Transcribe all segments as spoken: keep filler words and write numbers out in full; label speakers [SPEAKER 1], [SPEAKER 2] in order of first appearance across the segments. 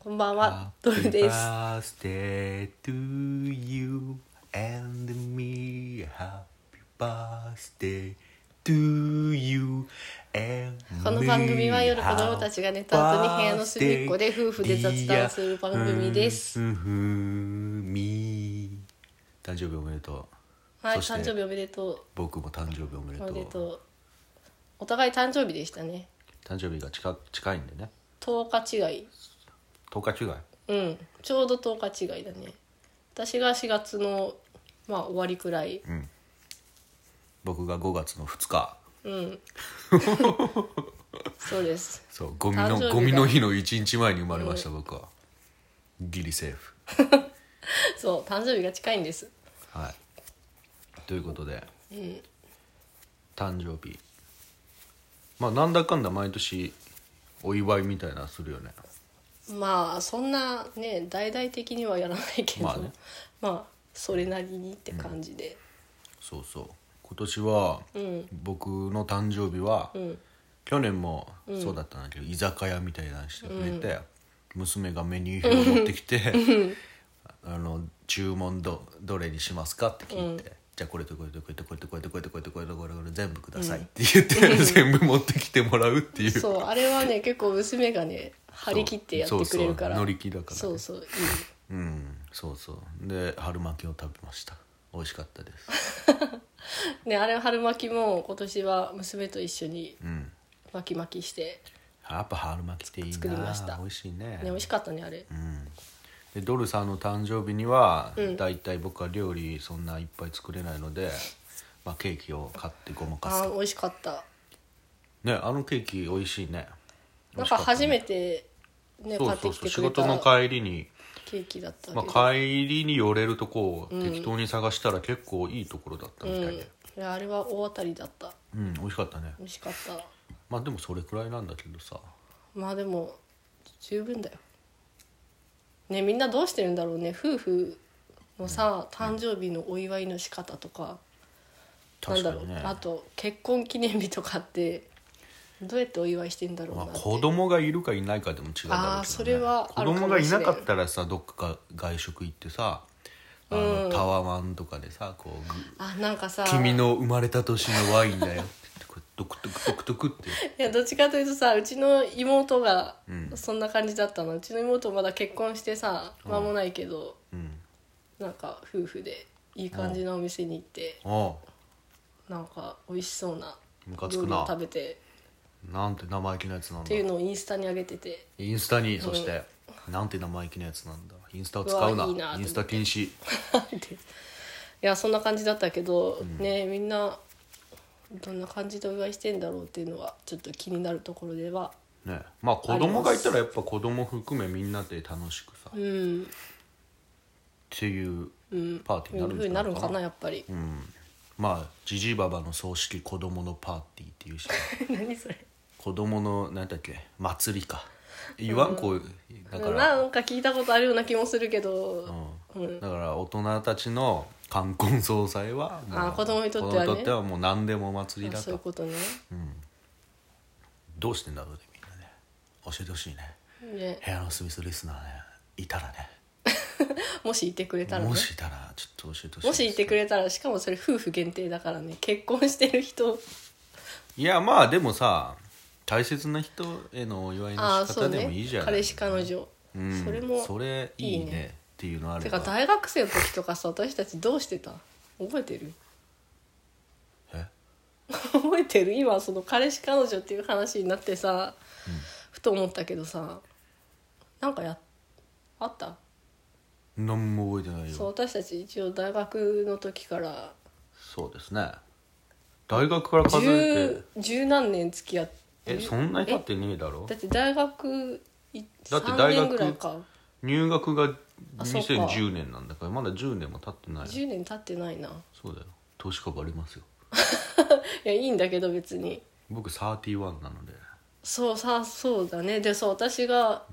[SPEAKER 1] こんばんは、ドルです。
[SPEAKER 2] Happy birthday to you and me. Happy birthday to you and me.
[SPEAKER 1] この番組は夜子供たちが寝た後に部屋の隅っこで夫婦で雑談する番組です。
[SPEAKER 2] み誕生日おめでとう。
[SPEAKER 1] はい、
[SPEAKER 2] そして
[SPEAKER 1] 誕生日おめでとう。
[SPEAKER 2] 僕も誕生日おめでとう。
[SPEAKER 1] おめでとう。お互い誕生日でしたね。
[SPEAKER 2] 誕生日が近近いんでね。
[SPEAKER 1] とおか違い。
[SPEAKER 2] とおか違い。
[SPEAKER 1] うん、ちょうどとおか違いだね。私がしがつのまあ終わりくらい。
[SPEAKER 2] うん。僕がごがつのふつか。
[SPEAKER 1] うんそうです。
[SPEAKER 2] そうゴミ
[SPEAKER 1] 誕生日が
[SPEAKER 2] のゴミの日のいちにちまえに生まれました、うん、僕はギリセーフ
[SPEAKER 1] そう誕生日が近いんです。
[SPEAKER 2] はいということで、うん、誕生日まあなんだかんだ毎年お祝いみたいなするよね。
[SPEAKER 1] まあそんなね大々的にはやらないけど、まあ、ね、まあそれなりにって感じで、うん、
[SPEAKER 2] そうそう今年は、うん、僕の誕生日は、うん、去年もそうだったんだけど、うん、居酒屋みたいなのしてくれて、うん、娘がメニュー表を持ってきて、うん、あの注文 ど, どれにしますかって聞いて、うん、じゃあこれとこれとこれとこれとこれとこれとこれとこれとこれとこれ全部くださいって言って、うん、全部持ってきてもらうっていう
[SPEAKER 1] そうあれはね結構娘がね張り切ってやってくれるから
[SPEAKER 2] 乗り気だから、ね、
[SPEAKER 1] そうそういい、
[SPEAKER 2] うん、そうそうで春巻きを食べました。美味しかったです
[SPEAKER 1] ねあれ春巻きも今年は娘と一緒に巻き巻きして、
[SPEAKER 2] うん、やっぱ春巻きっていいな作りました。美味しいね。
[SPEAKER 1] ね美味しかったねあれ、
[SPEAKER 2] うん、でドルさんの誕生日には、うん、だいたい僕は料理そんないっぱい作れないので、まあ、ケーキを買ってごまかすと。
[SPEAKER 1] あ美味しかった
[SPEAKER 2] ねあのケーキ美味しいね。
[SPEAKER 1] なんか初めてね買ってきてくれた。そうそうそう
[SPEAKER 2] 仕事の帰りに
[SPEAKER 1] ケーキだったけど、
[SPEAKER 2] まあ、帰りに寄れるとこを適当に探したら結構いいところだったみたいで、うん、い
[SPEAKER 1] やあれは大当たりだった。
[SPEAKER 2] うん美味しかったね。
[SPEAKER 1] 美味しかった。
[SPEAKER 2] まあでもそれくらいなんだけどさ。
[SPEAKER 1] まあでも十分だよね。みんなどうしてるんだろうね夫婦のさ、うん、誕生日のお祝いの仕方とか、うん、なんだろう、ね、あと結婚記念日とかってどうやってお祝いしてんだろうなって、
[SPEAKER 2] まあ、子供がいるかいないかでも違うだろうけど、ね、
[SPEAKER 1] あそれはあるかもしれない。
[SPEAKER 2] 子供がいなかったらさどっか外食行ってさあの、うん、タワマンとかでさこう
[SPEAKER 1] あなんかさ
[SPEAKER 2] 君の生まれた年のワインだよってドクドクドクドクってい
[SPEAKER 1] やどっちかというとさうちの妹がそんな感じだったの、うん、うちの妹まだ結婚してさ間もないけど、うん、なんか夫婦でいい感じのお店に行ってなんか美味しそうな料理を食べて
[SPEAKER 2] なんて生意気なやつなんだ
[SPEAKER 1] っていうのをインスタに上げてて
[SPEAKER 2] インスタに、うん、そしてなんて生意気なやつなんだインスタを使うな、いいなインスタ禁止い
[SPEAKER 1] やそんな感じだったけど、うん、ねみんなどんな感じでお祝いしてんだろうっていうのはちょっと気になるところでは
[SPEAKER 2] ねまあ子供がいたらやっぱ子供含めみんなで楽しくさ、うん、っていうパーティーになるんじゃないかな、うん、なるのかなやっぱり、うん、まあジジイババの葬式子供のパーティーっていうし
[SPEAKER 1] 何それ
[SPEAKER 2] 子供の何だっけ祭りか言わんこう、うん、だから
[SPEAKER 1] なんか聞いたことあるような気もするけど、
[SPEAKER 2] うんうん、だから大人たちの冠婚葬祭はもう
[SPEAKER 1] あ子供にとってはね子供にとっては
[SPEAKER 2] もう何でもお祭りだと。
[SPEAKER 1] そういうことね、
[SPEAKER 2] うん、どうしてんだろうねみんなね教えてほしい ね, ね部屋のスミスリスナーねいたらね
[SPEAKER 1] もしいてくれたらね
[SPEAKER 2] もしいたらちょっと教えてほしい。
[SPEAKER 1] もしいてくれたらしかもそれ夫婦限定だからね結婚してる人
[SPEAKER 2] いやまあでもさ大切な人へのお祝いの仕方でもいいじゃない、ね、
[SPEAKER 1] 彼氏彼女、うん、それも
[SPEAKER 2] それいいね、いいねっていうのあれば。
[SPEAKER 1] てか大学生の時とかさ私たちどうしてた覚えてる？
[SPEAKER 2] え
[SPEAKER 1] 覚えてる？今その彼氏彼女っていう話になってさ、うん、ふと思ったけどさなんかやあった？
[SPEAKER 2] 何も覚えてないよ。
[SPEAKER 1] そう私たち一応大学の時から
[SPEAKER 2] そうですね大学から数えて
[SPEAKER 1] 十何年付き合って
[SPEAKER 2] えそんなに経ってねえだろ。
[SPEAKER 1] だって大学
[SPEAKER 2] だって大学さんねんぐらいか入学がにせんじゅうねんなんだからまだじゅうねんも経ってない。
[SPEAKER 1] じゅうねん経ってないな。
[SPEAKER 2] そうだよ年かかりますよ
[SPEAKER 1] いやいいんだけど別に
[SPEAKER 2] 僕さんじゅういちなので
[SPEAKER 1] そうさそうだね。でそう私が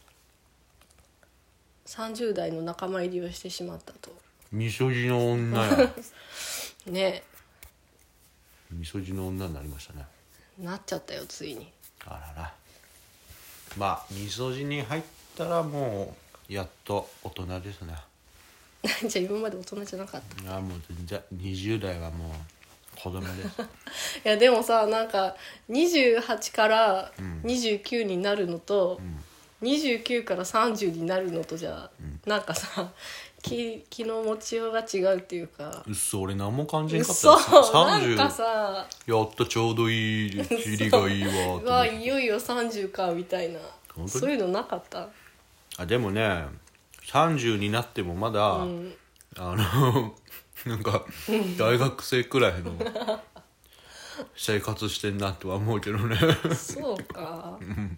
[SPEAKER 1] さんじゅう代の仲間入りをしてしまったと。
[SPEAKER 2] みそじの女や
[SPEAKER 1] ね
[SPEAKER 2] みそじの女になりましたね。
[SPEAKER 1] なっちゃったよついに。
[SPEAKER 2] あららまあみそじに入ったらもうやっと大人ですね。
[SPEAKER 1] じゃあ今まで大人じゃなかった。
[SPEAKER 2] いやもう全然にじゅう代はもう子供です
[SPEAKER 1] いやでもさ、なんかにじゅうはちからにじゅうきゅうになるのと、うん、にじゅうきゅうからさんじゅうになるのとじゃ、うん、なんかさ気, 気の持ちようが違うっていうか。
[SPEAKER 2] うっそ、俺何も感じんかった。
[SPEAKER 1] そうなんかさ、
[SPEAKER 2] やっとちょうどいい霧がいいわ
[SPEAKER 1] うわいよいよさんじゅうかみたいな、そういうのなかった？
[SPEAKER 2] あでもねさんじゅうになってもまだ、うん、あのなんか大学生くらいの生活してんなとは思うけどね
[SPEAKER 1] そうか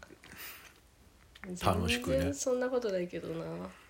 [SPEAKER 2] 楽しくね。
[SPEAKER 1] 全然そんなことないけどな。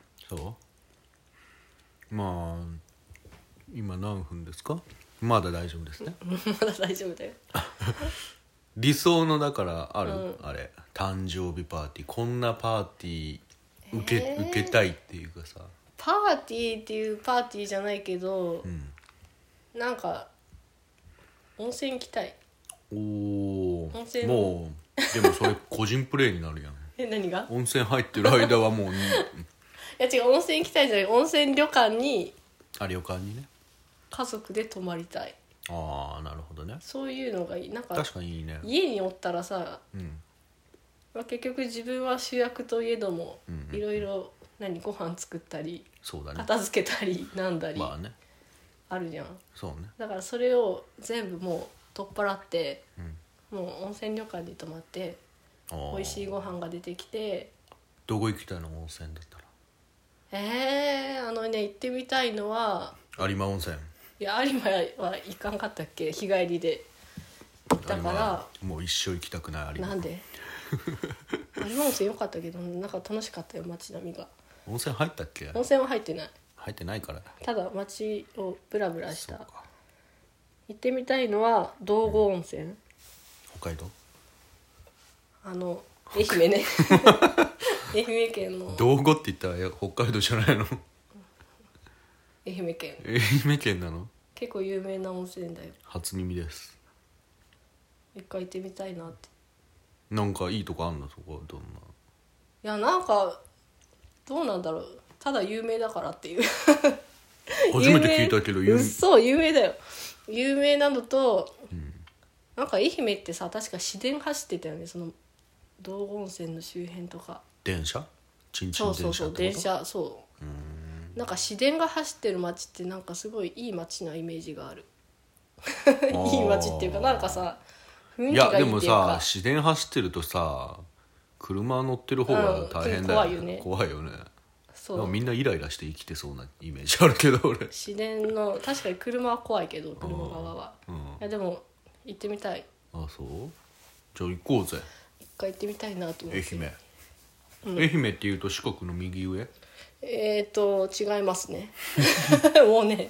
[SPEAKER 2] そうまあ今何分ですか？まだ大丈夫ですね
[SPEAKER 1] まだ大丈夫だよ
[SPEAKER 2] 理想のだからある、うん、あれ誕生日パーティー、こんなパーティー受け、えー、受けたいっていうかさ、
[SPEAKER 1] パーティーっていうパーティーじゃないけど、うん、なんか温泉行きたい。
[SPEAKER 2] おお温泉もうでもそれ個人プレイになるやん
[SPEAKER 1] え何が？
[SPEAKER 2] 温泉入ってる間はもうい
[SPEAKER 1] や違う、温泉行きたいじゃない、温泉旅館に
[SPEAKER 2] あ旅館にね
[SPEAKER 1] 家族で泊まりたい。
[SPEAKER 2] ああなるほどね。
[SPEAKER 1] そういうのがいい。なんか
[SPEAKER 2] 確かにいいね。
[SPEAKER 1] 家におったらさ、うんまあ、結局自分は主役といえども、うんうん、いろいろ何ご飯作ったり、
[SPEAKER 2] そうだね、
[SPEAKER 1] 片付けたりなんだり、
[SPEAKER 2] まあね、
[SPEAKER 1] あるじゃん。
[SPEAKER 2] そうね。
[SPEAKER 1] だからそれを全部もう取っ払って、うん、もう温泉旅館に泊まって美味しいご飯が出てきて。
[SPEAKER 2] どこ行きたいの温泉だったら？
[SPEAKER 1] えー、あのね行ってみたいのは
[SPEAKER 2] 有馬温泉。
[SPEAKER 1] いや有馬は行かんかったっけ、日帰りで。だから
[SPEAKER 2] もう一生行きたくない。有馬
[SPEAKER 1] なんで有馬温泉良かったけどなんか楽しかったよ、街並みが。
[SPEAKER 2] 温泉入ったっけ？
[SPEAKER 1] 温泉は入ってない。
[SPEAKER 2] 入ってないから。
[SPEAKER 1] ただ街をブラブラした。行ってみたいのは道後温泉、うん、
[SPEAKER 2] 北海道、
[SPEAKER 1] あの愛媛ね愛媛県の
[SPEAKER 2] 道後って言ったら北海道じゃないの？
[SPEAKER 1] 愛媛県。
[SPEAKER 2] 愛媛県なの？
[SPEAKER 1] 結構有名な温泉だよ。
[SPEAKER 2] 初耳です。
[SPEAKER 1] 一回行ってみたいなって。
[SPEAKER 2] なんかいいとこあんの？そこどんな？い
[SPEAKER 1] やなんかどうなんだろう、ただ有名だからっていう
[SPEAKER 2] 初めて聞いたけど
[SPEAKER 1] 有名。そう有名だよ。有名なのと、うん、なんか愛媛ってさ確か市電走ってたよね、その道後温泉の周辺とか。
[SPEAKER 2] 電車？ちんちん電車ってこと？そうそうそう電車。
[SPEAKER 1] そう、うーんなんか市電が走ってる街ってなんかすごいいい街なイメージがあるいい街っていうかなんかさ雰囲気がいいっていうか。いやでも
[SPEAKER 2] さ市電走ってるとさ車乗ってる方が大変だよ、うん、怖いよね。怖いよね。そうみんなイライラして生きてそうなイメージあるけど俺。
[SPEAKER 1] 市電の確かに車は怖いけど車側は、うん、いやでも行ってみたい。
[SPEAKER 2] あそうじゃあ行こうぜ。
[SPEAKER 1] 一回行ってみたいなと思って。
[SPEAKER 2] 愛媛、うん、愛媛っていうと四国の右上？
[SPEAKER 1] えーと違いますねもうね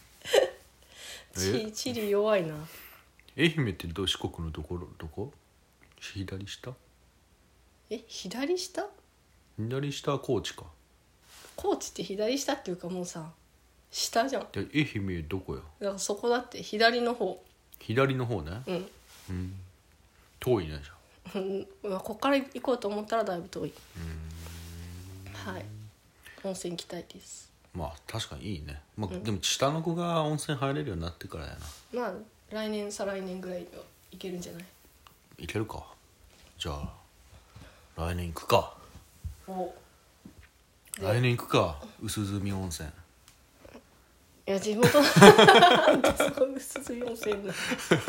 [SPEAKER 1] 地, 地理弱いな。
[SPEAKER 2] 愛媛ってど四国のどこどこ？左下？
[SPEAKER 1] え左下？
[SPEAKER 2] 左下は高知か。
[SPEAKER 1] 高知って左下っていうかもうさ下じゃん。
[SPEAKER 2] 愛媛どこよ？
[SPEAKER 1] だからそこだって左の方。
[SPEAKER 2] 左の方ね。
[SPEAKER 1] うん、
[SPEAKER 2] うん、遠いねじゃ
[SPEAKER 1] あここから行こうと思ったらだいぶ遠い。うんはい温泉行きたいです。
[SPEAKER 2] まあ確かにいいね、まあうん、でも下の子が温泉入れるようになってからや
[SPEAKER 1] な。まあ来年再来年ぐらいには行けるんじゃない？
[SPEAKER 2] 行けるか。じゃあ来年行くか。
[SPEAKER 1] お
[SPEAKER 2] 来年行くか薄住温泉。
[SPEAKER 1] いや地元なんでそこ薄住温泉な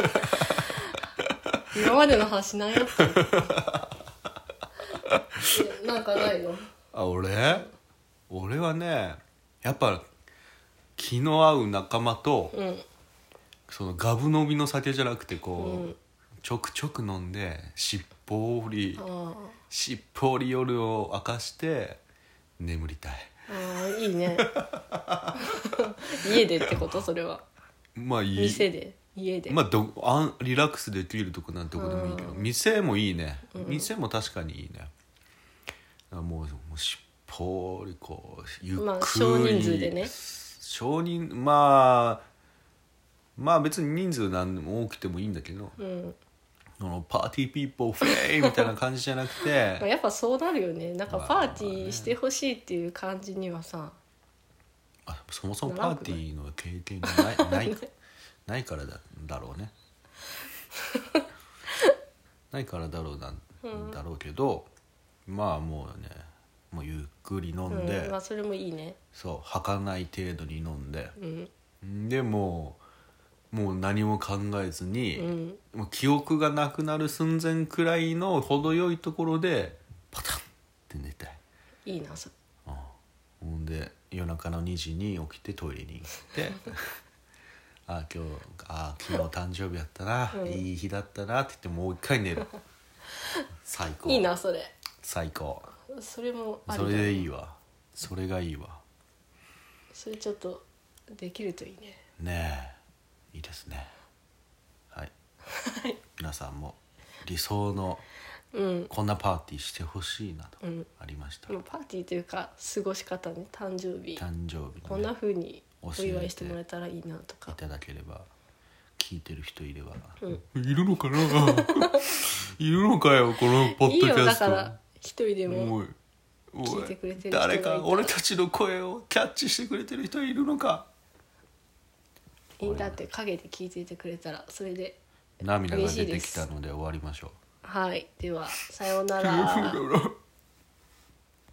[SPEAKER 1] 今までの話何やったのなんかないの？
[SPEAKER 2] あ俺俺はねやっぱ気の合う仲間と、うん、そのガブ飲みの酒じゃなくてこう、うん、ちょくちょく飲んでしっぽりしっぽり夜を明かして眠りたい。
[SPEAKER 1] ああいいね家でってことそれは？まあいい店で家で
[SPEAKER 2] まあどあリラックスできるとこなんてとこでもいいけど店もいいね、うん、店も確かにいいね。もうもうしっぽりこうゆっくり、まあ、少人数でね。少人まあまあ別に人数なんでも多くてもいいんだけど、うん、 そのパーティーピーポーフェイみたいな感じじゃなくて
[SPEAKER 1] まあやっぱそうなるよね。なんかパーティーしてほしいっていう感じにはさ、
[SPEAKER 2] あそもそもパーティーの経験がないないないからだだろうねないからだろうなん、うん、だろうけど、まあもうねもうゆっくり飲んで、
[SPEAKER 1] うんまあ、それもいいね。
[SPEAKER 2] そう吐かない程度に飲んで、
[SPEAKER 1] うん、
[SPEAKER 2] でもうもう何も考えずに、うん、もう記憶がなくなる寸前くらいの程よいところでパタンって寝たい。
[SPEAKER 1] いいなそれ。
[SPEAKER 2] ほんで夜中のにじに起きてトイレに行ってあ今日あ昨日誕生日やったな、うん、いい日だったなって言ってもう一回寝る最高。
[SPEAKER 1] いいなそれ。
[SPEAKER 2] 最高。
[SPEAKER 1] それもありだ。
[SPEAKER 2] それでいいわ。それがいいわ。
[SPEAKER 1] それちょっとできるといいね。
[SPEAKER 2] ねえいいですね。はい皆さんも理想のこんなパーティーしてほしいなとありました、
[SPEAKER 1] うん、パーティーというか過ごし方ね。誕生日
[SPEAKER 2] 誕生日、ね、
[SPEAKER 1] こんな風にお祝いしてもらえたらいいなとか
[SPEAKER 2] いただければ。聞いてる人いれば、
[SPEAKER 1] うん、
[SPEAKER 2] いるのかないるのかよこのポッドキャスト。いいよだから
[SPEAKER 1] 一人でも聞いてくれてる人がいたら
[SPEAKER 2] 誰か俺たちの声をキャッチしてくれてる人いるのか。
[SPEAKER 1] いいんだって陰で聞いていてくれたらそれで
[SPEAKER 2] 涙が出てきたので終わりましょう。
[SPEAKER 1] はいではさようなら